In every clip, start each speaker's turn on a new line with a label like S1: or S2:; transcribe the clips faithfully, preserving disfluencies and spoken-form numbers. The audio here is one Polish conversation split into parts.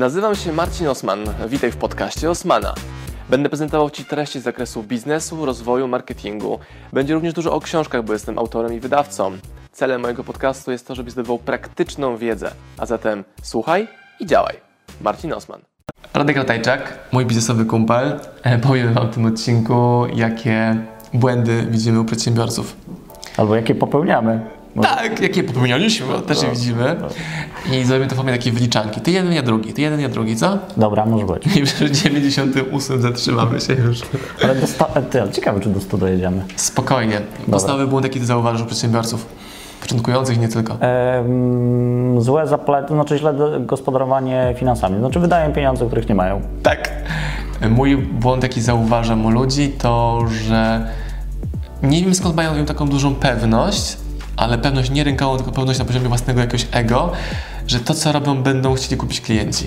S1: Nazywam się Marcin Osman. Witaj w podcaście Osmana. Będę prezentował Ci treści z zakresu biznesu, rozwoju, marketingu. Będzie również dużo o książkach, bo jestem autorem i wydawcą. Celem mojego podcastu jest to, żebyś zdobywał praktyczną wiedzę. A zatem słuchaj i działaj. Marcin Osman.
S2: Radek Ratajczak, mój biznesowy kumpel. Powiem Wam w tym odcinku, jakie błędy widzimy u przedsiębiorców.
S3: Albo jakie popełniamy.
S2: Może... Tak, jakie popełnialiśmy, bo też je widzimy. I zrobimy to w formie takiej wyliczanki. Ty jeden, ja drugi, ty jeden, ja drugi, co?
S3: Dobra, może być.
S2: I przy dziewięćdziesiątym ósmym zatrzymamy się już.
S3: Ale, do sto... Ty, ale ciekawe, czy do stu dojedziemy.
S2: Spokojnie. Podstawowy błąd, jaki Ty zauważysz u przedsiębiorców? Początkujących, nie tylko.
S3: Ehm, złe zaplety, znaczy źle gospodarowanie finansami. Znaczy wydają pieniądze, których nie mają.
S2: Tak. Mój błąd, jaki zauważam u ludzi, to, że nie wiem, skąd mają taką dużą pewność, ale pewność nie rynkową, tylko pewność na poziomie własnego jakiegoś ego, że to, co robią, będą chcieli kupić klienci.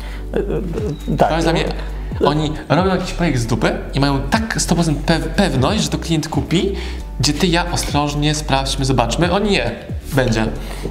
S3: Yy, tak.
S2: To jest dla mnie, oni robią jakiś projekt z dupy i mają tak sto procent pew- pewność, że to klient kupi, gdzie ty, ja, ostrożnie, sprawdźmy, zobaczmy. Oni nie. Będzie.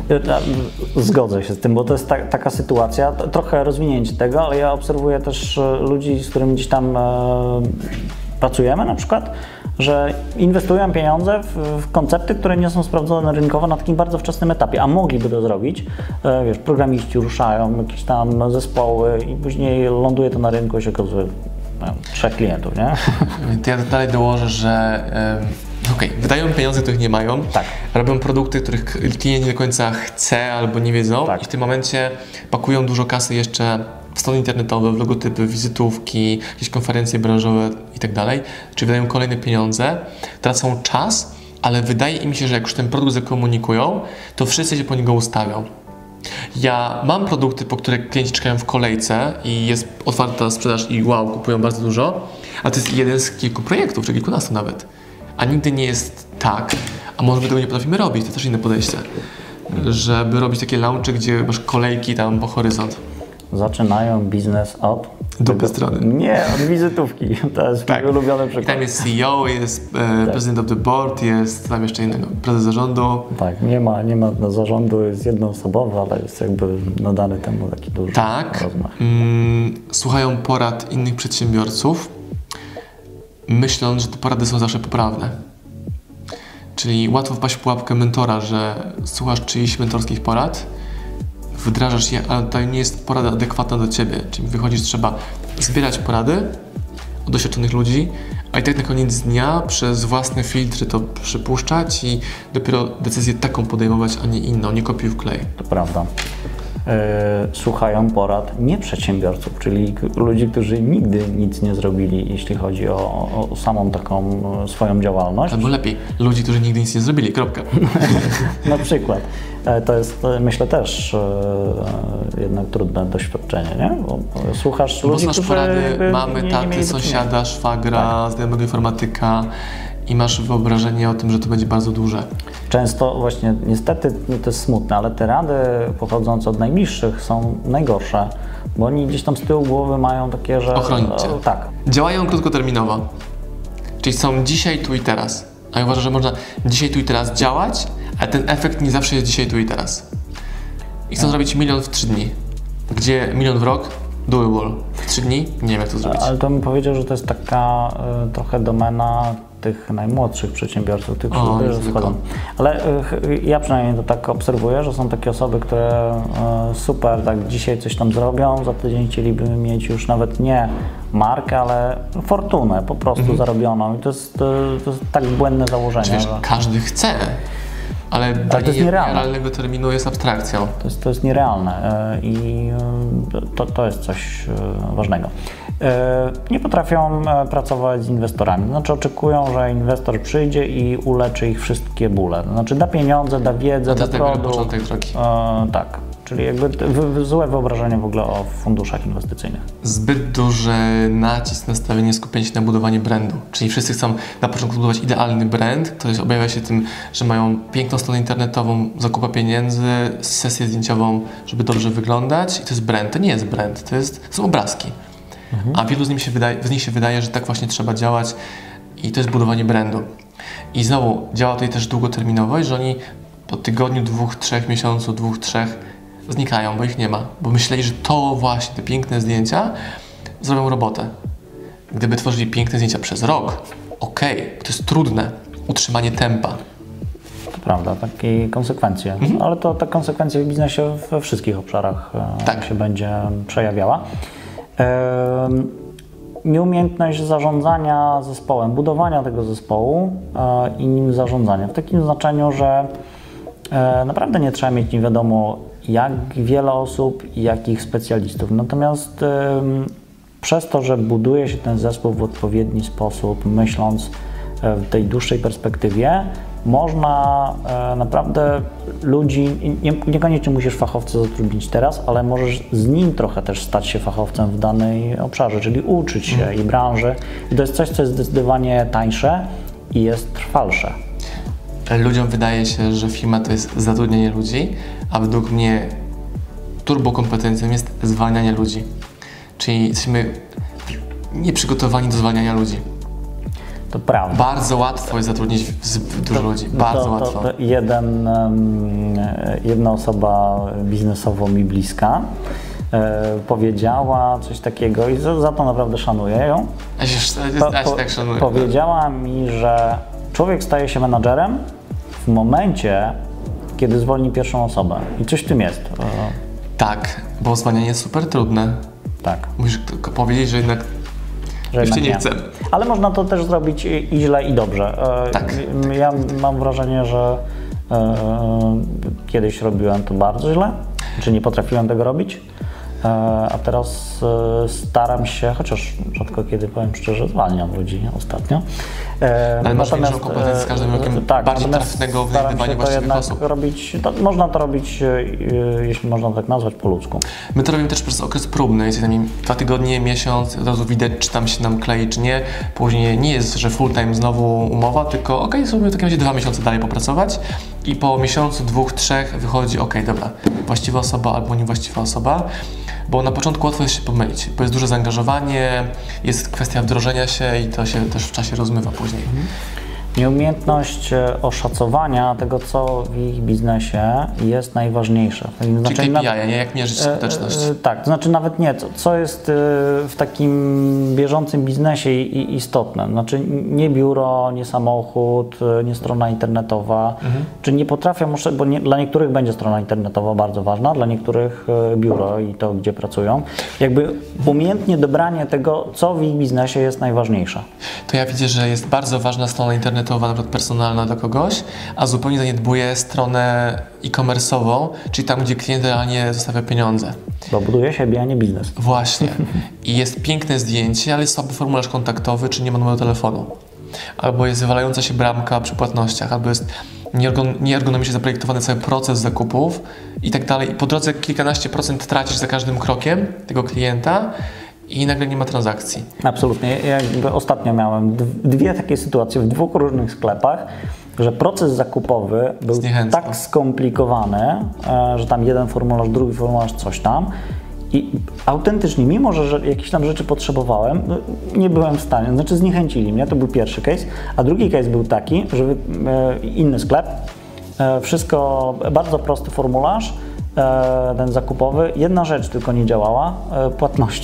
S3: Zgodzę się z tym, bo to jest ta, taka sytuacja, trochę rozwinięcie tego, ale ja obserwuję też ludzi, z którymi gdzieś tam e, pracujemy na przykład, że inwestują pieniądze w, w koncepty, które nie są sprawdzone rynkowo na takim bardzo wczesnym etapie, a mogliby to zrobić. E, wiesz, programiści ruszają, jakieś tam zespoły i później ląduje to na rynku i się okazuje no, trzech klientów, nie?
S2: To ja dalej dołożę, że yy, okej, okay, wydają pieniądze, których nie mają,
S3: tak.
S2: Robią produkty, których klient nie do końca chce albo nie wiedzą tak. I w tym momencie pakują dużo kasy jeszcze w strony internetowe, w logotypy, wizytówki, jakieś konferencje branżowe i tak dalej, czyli wydają kolejne pieniądze, tracą czas, ale wydaje im się, że jak już ten produkt zakomunikują, to wszyscy się po niego ustawią. Ja mam produkty, po które klienci czekają w kolejce i jest otwarta sprzedaż i wow, kupują bardzo dużo, a to jest jeden z kilku projektów, czy kilkunastu nawet. A nigdy nie jest tak, a może my tego nie potrafimy robić, to też inne podejście, żeby robić takie launchy, gdzie masz kolejki tam po horyzont.
S3: Zaczynają biznes od...
S2: Dupy strony.
S3: Nie, od wizytówki. To jest tak. Mój ulubiony przykład.
S2: I tam jest C E O, jest e, tak. President of the Board, jest tam jeszcze innego, prezes zarządu.
S3: Tak, nie ma, nie ma zarządu, jest jednoosobowy, ale jest jakby nadany temu taki duży
S2: tak.
S3: rozmach.
S2: Mm, słuchają porad innych przedsiębiorców, myśląc, że te porady są zawsze poprawne. Czyli łatwo wpaść w pułapkę mentora, że słuchasz czyichś mentorskich porad, wdrażasz je, ale to nie jest porada adekwatna do Ciebie. Czyli wychodzisz, trzeba zbierać porady od doświadczonych ludzi, a i tak na koniec dnia przez własne filtry to przypuszczać i dopiero decyzję taką podejmować, a nie inną, nie kopiuj wklej.
S3: To prawda. Yy, słuchają porad nie przedsiębiorców, czyli ludzi, którzy nigdy nic nie zrobili, jeśli chodzi o, o samą taką swoją działalność.
S2: Albo lepiej, ludzi, którzy nigdy nic nie zrobili, kropka.
S3: Na przykład. To jest, myślę, też yy, jednak trudne doświadczenie, nie? Bo słuchasz
S2: Bo
S3: ludzi,
S2: znasz
S3: którzy
S2: porady mamy,
S3: nie,
S2: taty,
S3: nie
S2: sąsiada, szwagra, tak. Znajomego informatyka i masz wyobrażenie o tym, że to będzie bardzo duże.
S3: Często właśnie, niestety to jest smutne, ale te rady pochodzące od najbliższych są najgorsze, bo oni gdzieś tam z tyłu głowy mają takie, że...
S2: Ochronicie.
S3: O, tak.
S2: Działają krótkoterminowo, czyli są dzisiaj, tu i teraz. A ja uważam, że można dzisiaj, tu i teraz działać, ale ten efekt nie zawsze jest dzisiaj, tu i teraz. I chcą no. zrobić milion w trzy dni. Gdzie milion w rok? Doable. W trzy dni? Nie wiem, jak to zrobić.
S3: Ale to bym powiedział, że to jest taka y, trochę domena tych najmłodszych przedsiębiorców, tych,
S2: o,
S3: którzy wchodzą. Ale y, ja przynajmniej to tak obserwuję, że są takie osoby, które y, super, tak dzisiaj coś tam zrobią, za tydzień chcieliby mieć już nawet nie markę, ale fortunę po prostu mhm. zarobioną. I to jest, to jest tak błędne założenie.
S2: Wiesz,
S3: że...
S2: każdy chce. Ale danie realnego terminu jest abstrakcją.
S3: To jest, to jest nierealne i to, to jest coś ważnego. Nie potrafią pracować z inwestorami. Znaczy oczekują, że inwestor przyjdzie i uleczy ich wszystkie bóle. Znaczy da pieniądze, da wiedzę, da produkt.
S2: Początek drogi.
S3: E, tak. Czyli jakby w, złe wyobrażenie w ogóle o funduszach inwestycyjnych.
S2: Zbyt duży nacisk, nastawienie, skupienie się na budowaniu brandu. Czyli wszyscy chcą na początku budować idealny brand, który objawia się tym, że mają piękną stronę internetową, zakupa pieniędzy, sesję zdjęciową, żeby dobrze wyglądać i to jest brand. To nie jest brand, to, jest, to są obrazki. Mhm. A wielu z nich, się wydaje, z nich się wydaje, że tak właśnie trzeba działać i to jest budowanie brandu. I znowu działa tutaj też długoterminowość, że oni po tygodniu, dwóch, trzech, miesiącu, dwóch, trzech znikają, bo ich nie ma. Bo myśleli, że to właśnie, te piękne zdjęcia zrobią robotę. Gdyby tworzyli piękne zdjęcia przez rok, okej, okay, to jest trudne, utrzymanie tempa.
S3: To prawda, takie konsekwencje. Mhm. Ale to te konsekwencje w biznesie we wszystkich obszarach tak. się będzie przejawiała. Nieumiejętność zarządzania zespołem, budowania tego zespołu i nim zarządzania. W takim znaczeniu, że naprawdę nie trzeba mieć nie wiadomo jak wiele osób i jakich specjalistów. Natomiast przez to, że buduje się ten zespół w odpowiedni sposób, myśląc w tej dłuższej perspektywie, można e, naprawdę ludzi, nie, niekoniecznie musisz fachowca zatrudnić teraz, ale możesz z nim trochę też stać się fachowcem w danej obszarze, czyli uczyć się mm. i branży. I to jest coś, co jest zdecydowanie tańsze i jest trwalsze.
S2: Ludziom wydaje się, że firma to jest zatrudnianie ludzi, a według mnie turbokompetencją jest zwalnianie ludzi. Czyli jesteśmy nieprzygotowani do zwalniania ludzi.
S3: To prawda.
S2: Bardzo łatwo jest zatrudnić dużo to, ludzi, bardzo
S3: to,
S2: łatwo.
S3: To, to jeden, jedna osoba biznesowo mi bliska e, powiedziała coś takiego i za, za to naprawdę szanuję ją.
S2: Ja się, ja się po, tak szanuję.
S3: Powiedziała mi, że człowiek staje się menadżerem w momencie, kiedy zwolni pierwszą osobę. I coś w tym jest.
S2: Tak, bo zwalnianie jest super trudne.
S3: Tak.
S2: Musisz powiedzieć, że jednak
S3: że
S2: już cię nie chcę.
S3: Ale można to też zrobić i źle, i dobrze.
S2: Tak.
S3: Ja mam wrażenie, że kiedyś robiłem to bardzo źle, czy nie potrafiłem tego robić, a teraz staram się, chociaż rzadko kiedy, powiem szczerze, zwalniam ludzi ostatnio.
S2: Ale masz większą kompetencję z każdym rokiem
S3: tak,
S2: bardziej trafnego wynajdywania właściwych osób.
S3: Robić, to, można to robić, jeśli można tak nazwać, po ludzku.
S2: My to robimy też przez okres próbny, jest najmniej dwa tygodnie, miesiąc, od razu widać, czy tam się nam klei, czy nie. Później nie jest, że full time znowu umowa, tylko okej, okay, sobie w takim razie dwa miesiące dalej popracować i po miesiącu, dwóch, trzech wychodzi, okej, okay, dobra, właściwa osoba albo niewłaściwa osoba. Bo na początku łatwo jest się pomylić, bo jest duże zaangażowanie, jest kwestia wdrożenia się i to się też w czasie rozmywa później. Mhm.
S3: Nieumiejętność oszacowania tego, co w ich biznesie jest najważniejsze.
S2: Czyli znaczy, K P I, nie? Jak mierzyć skuteczność? E, e,
S3: tak, to znaczy nawet nie, co, co jest w takim bieżącym biznesie i, istotne. Znaczy nie biuro, nie samochód, nie strona internetowa, mhm. czy nie potrafią, bo nie, dla niektórych będzie strona internetowa bardzo ważna, dla niektórych biuro i to, gdzie pracują. Jakby umiejętnie dobranie tego, co w ich biznesie jest najważniejsze.
S2: To ja widzę, że jest bardzo ważna strona internetowa, na przykład personalna dla kogoś, a zupełnie zaniedbuje stronę e-commerce'ową, czyli tam, gdzie klient realnie zostawia pieniądze.
S3: Bo buduje siebie, a nie biznes.
S2: Właśnie. I jest piękne zdjęcie, ale jest słaby formularz kontaktowy, czy nie ma numeru telefonu. Albo jest wywalająca się bramka przy płatnościach, albo jest nieergonomicznie zaprojektowany cały proces zakupów i tak dalej. I po drodze kilkanaście procent tracisz za każdym krokiem tego klienta, i nagle nie ma transakcji.
S3: Absolutnie. Ja jakby ostatnio miałem dwie takie sytuacje w dwóch różnych sklepach, że proces zakupowy był
S2: Zniechęcał.
S3: tak skomplikowany, że tam jeden formularz, drugi formularz, coś tam. I autentycznie, mimo że, że jakieś tam rzeczy potrzebowałem, nie byłem w stanie, znaczy zniechęcili mnie, to był pierwszy case, a drugi case był taki, że inny sklep, wszystko, bardzo prosty formularz, ten zakupowy. Jedna rzecz tylko nie działała, płatności.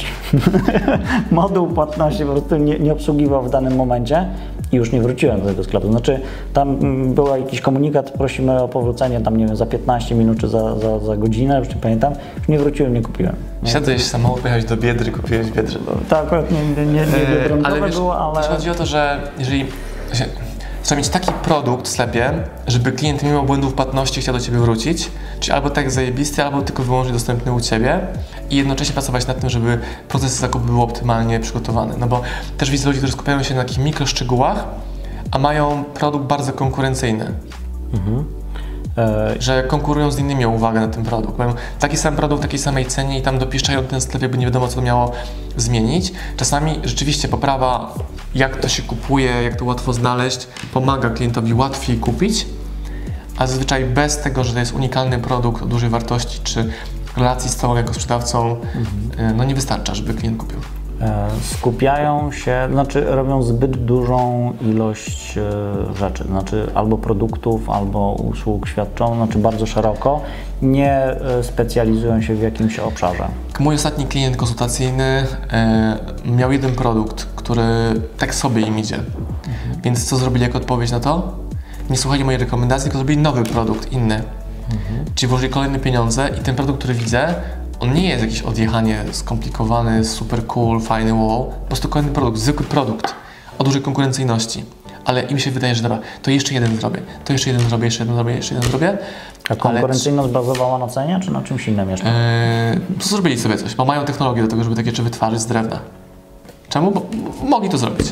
S3: Moduł płatności po prostu nie, nie obsługiwał w danym momencie i już nie wróciłem do tego sklepu. Znaczy tam był jakiś komunikat, prosimy o powrócenie tam, nie wiem, za piętnaście minut czy za, za, za godzinę, już nie pamiętam. Już nie wróciłem, nie kupiłem.
S2: Siadłeś samochód, pojechałeś do Biedry, kupiłeś w Biedrze. No.
S3: Tak, akurat nie, nie, nie, nie biedronkowe
S2: ale
S3: było, ale...
S2: Też chodzi o to, że jeżeli... Trzeba mieć taki produkt w sklepie, żeby klient mimo błędów płatności chciał do Ciebie wrócić, czyli albo tak zajebisty, albo tylko wyłącznie dostępny u Ciebie i jednocześnie pracować nad tym, żeby proces zakupu był optymalnie przygotowany. No bo też widzę ludzi, którzy skupiają się na takich mikroszczegółach, a mają produkt bardzo konkurencyjny. Mhm. Że konkurują z innymi o uwagę na ten produkt. Mają taki sam produkt, takiej samej cenie i tam dopieszczają ten sklep, jakby nie wiadomo, co to miało zmienić. Czasami rzeczywiście poprawa, jak to się kupuje, jak to łatwo znaleźć, pomaga klientowi łatwiej kupić, a zazwyczaj bez tego, że to jest unikalny produkt o dużej wartości, czy relacji z całym jako sprzedawcą, mhm. no nie wystarcza, żeby klient kupił.
S3: Skupiają się, znaczy robią zbyt dużą ilość rzeczy, znaczy albo produktów, albo usług świadczą, znaczy bardzo szeroko, nie specjalizują się w jakimś obszarze.
S2: Mój ostatni klient konsultacyjny e, miał jeden produkt, który tak sobie im idzie, mhm. Więc co zrobili jako odpowiedź na to? Nie słuchali mojej rekomendacji, tylko zrobili nowy produkt, inny. Mhm. Czyli włożyli kolejne pieniądze i ten produkt, który widzę, on nie jest jakiś odjechanie skomplikowany, super cool, fajny, wow. Po prostu kolejny produkt, zwykły produkt o dużej konkurencyjności. Ale im się wydaje, że dobra, to jeszcze jeden zrobię, to jeszcze jeden zrobię, jeszcze jeden zrobię, jeszcze jeden zrobię.
S3: A konkurencyjność ale... bazowała na cenie, czy na czymś innym jeszcze?
S2: Eee, to zrobili sobie coś, bo mają technologię do tego, żeby takie rzeczy wytwarzać z drewna. Czemu? Bo mogli to zrobić.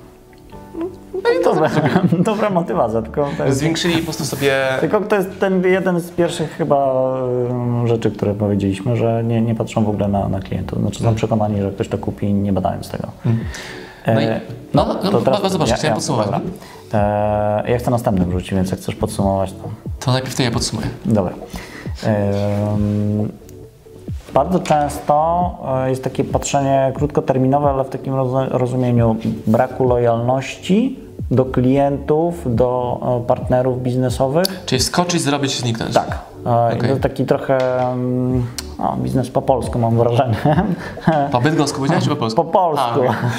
S3: No i dobra, dobra motywacja, tylko to jest,
S2: zwiększyli po prostu sobie...
S3: Tylko to jest ten jeden z pierwszych chyba rzeczy, które powiedzieliśmy, że nie, nie patrzą w ogóle na, na klientów. Znaczy są hmm. przekonani, że ktoś to kupi, nie badając tego. Hmm.
S2: No i, no, no, no to zobacz, ja, chciałem ja, podsumować.
S3: E, ja chcę następnym wrzucić, więc jak chcesz podsumować, to...
S2: To najpierw to ja podsumuję.
S3: Dobra. E, Bardzo często jest takie patrzenie krótkoterminowe, ale w takim rozumieniu braku lojalności do klientów, do partnerów biznesowych.
S2: Czyli skoczyć, zrobić, zniknąć.
S3: Tak. Okay. To taki trochę no, biznes po polsku, mam wrażenie.
S2: Po bydgosku powiedziałeś, czy po polsku?
S3: Po polsku.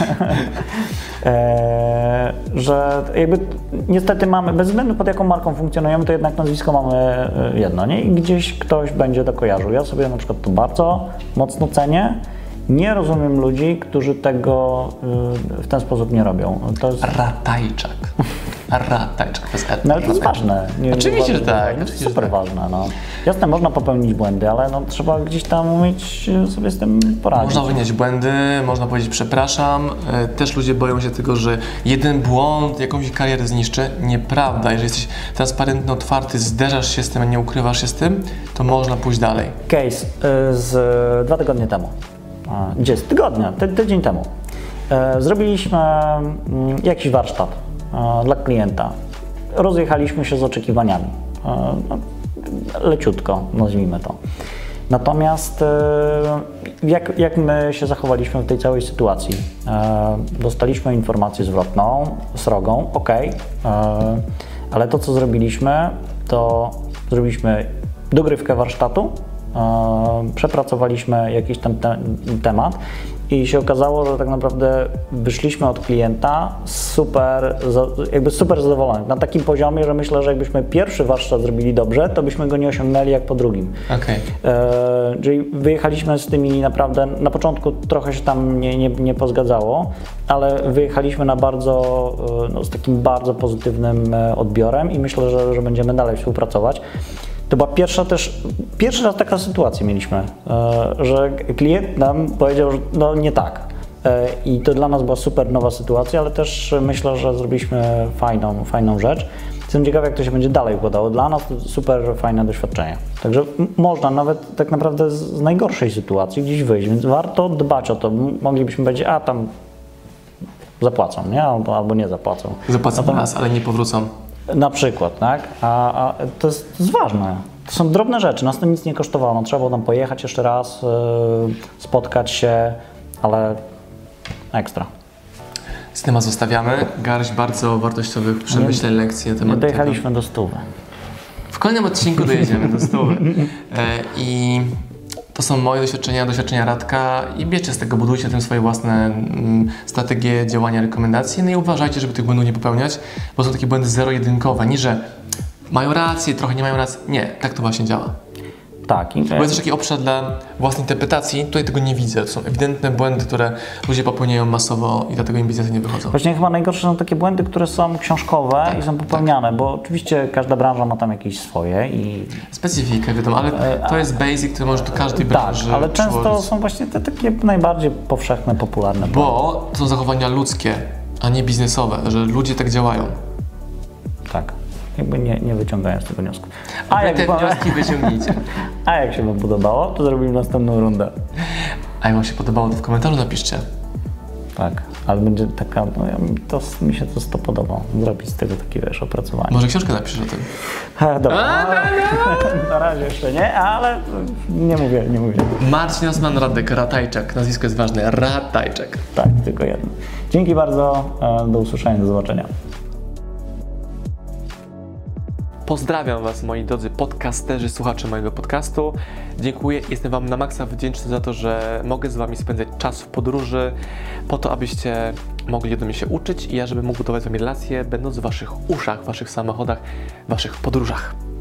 S3: A, e, że jakby niestety mamy, bez względu pod jaką marką funkcjonujemy, to jednak nazwisko mamy jedno, nie? I gdzieś ktoś będzie to kojarzył. Ja sobie na przykład to bardzo mocno cenię. Nie rozumiem ludzi, którzy tego y, w ten sposób nie robią. To jest...
S2: Ratajczak. Ratajczak, to jest R.
S3: No ale to jest ważne. Nie,
S2: oczywiście, że tak.
S3: To jest super ważne. No. Jasne, można popełnić błędy, ale no, trzeba gdzieś tam umieć sobie z tym poradzić.
S2: Można wynieść błędy, można powiedzieć przepraszam. Też ludzie boją się tego, że jeden błąd jakąś karierę zniszczy. Nieprawda. Jeżeli jesteś transparentny, otwarty, zderzasz się z tym, a nie ukrywasz się z tym, to można pójść dalej.
S3: Case y, z dwa tygodnie temu. Gdzie jest? Tygodnia, ty, tydzień temu. E, zrobiliśmy m, jakiś warsztat e, dla klienta. Rozjechaliśmy się z oczekiwaniami. E, no, leciutko, nazwijmy to. Natomiast e, jak, jak my się zachowaliśmy w tej całej sytuacji? E, dostaliśmy informację zwrotną, srogą, ok, e, ale to co zrobiliśmy, to zrobiliśmy dogrywkę warsztatu, przepracowaliśmy jakiś tam te temat i się okazało, że tak naprawdę wyszliśmy od klienta super, jakby super zadowoleni. Na takim poziomie, że myślę, że jakbyśmy pierwszy warsztat zrobili dobrze, to byśmy go nie osiągnęli jak po drugim.
S2: Okay.
S3: E, czyli wyjechaliśmy z tymi naprawdę, na początku trochę się tam nie, nie, nie pozgadzało, ale wyjechaliśmy na bardzo, no, z takim bardzo pozytywnym odbiorem i myślę, że, że będziemy dalej współpracować. To była pierwsza też, pierwszy raz taka sytuacja mieliśmy, że klient nam powiedział, że no nie tak. I to dla nas była super nowa sytuacja, ale też myślę, że zrobiliśmy fajną, fajną rzecz. Jestem ciekawy, jak to się będzie dalej układało. Dla nas to super fajne doświadczenie. Także można nawet tak naprawdę z najgorszej sytuacji gdzieś wyjść, więc warto dbać o to. Moglibyśmy powiedzieć, a tam zapłacą, nie? Albo, albo nie zapłacą.
S2: Zapłacą no nas, ale nie powrócą.
S3: Na przykład, tak? A, a to, jest, to jest ważne. To są drobne rzeczy, nas to nic nie kosztowało. No, trzeba było tam pojechać jeszcze raz, yy, spotkać się, ale ekstra.
S2: Z tym zostawiamy. Garść bardzo wartościowych przemyśleń, lekcji na temat
S3: dojechaliśmy
S2: tego.
S3: do stówy.
S2: W kolejnym odcinku dojedziemy do stówy. E, I to są moje doświadczenia, doświadczenia Radka i bierzcie z tego, budujcie tym swoje własne mm, strategie działania, rekomendacje. No i uważajcie, żeby tych błędów nie popełniać, bo są takie błędy zero-jedynkowe. Nie, że mają rację, trochę nie mają racji. Nie, tak to właśnie działa.
S3: Tak.
S2: Bo jest też taki obszar dla własnej interpretacji. Tutaj tego nie widzę. To są ewidentne błędy, które ludzie popełniają masowo i dlatego im biznesy nie wychodzą.
S3: Właśnie chyba najgorsze są takie błędy, które są książkowe tak, i są popełniane, tak. Bo oczywiście każda branża ma tam jakieś swoje i...
S2: Specyfikę, wiadomo, ale to jest basic, który może do każdej branży
S3: Tak, ale często
S2: przyłożyć.
S3: Są właśnie te takie najbardziej powszechne, popularne.
S2: Bo to są zachowania ludzkie, a nie biznesowe, że ludzie tak działają.
S3: Tak. Jakby nie, nie wyciągają z tego wniosku.
S2: A, a jak te wnioski wyciągnijcie.
S3: A jak się Wam podobało, to zrobimy następną rundę.
S2: A jak Wam się podobało, to w komentarzu napiszcie.
S3: tak. Ale będzie taka, no, to, mi się to, to podoba, zrobić z tego taki, wiesz, opracowanie.
S2: Może książkę napiszesz o tym?
S3: Ha, dobra, ale, na razie jeszcze nie, ale nie mówię, nie mówię.
S2: Marcin Osman Radek, Ratajczak, nazwisko jest ważne, Ratajczak.
S3: Tak, tylko jedno. Dzięki bardzo, do usłyszenia, do zobaczenia.
S1: Pozdrawiam Was, moi drodzy podcasterzy, słuchacze mojego podcastu. Dziękuję, jestem Wam na maksa wdzięczny za to, że mogę z Wami spędzać czas w podróży, po to, abyście mogli ode mnie się uczyć i ja, żebym mógł budować z Wami relacje, będąc w Waszych uszach, w Waszych samochodach, w Waszych podróżach.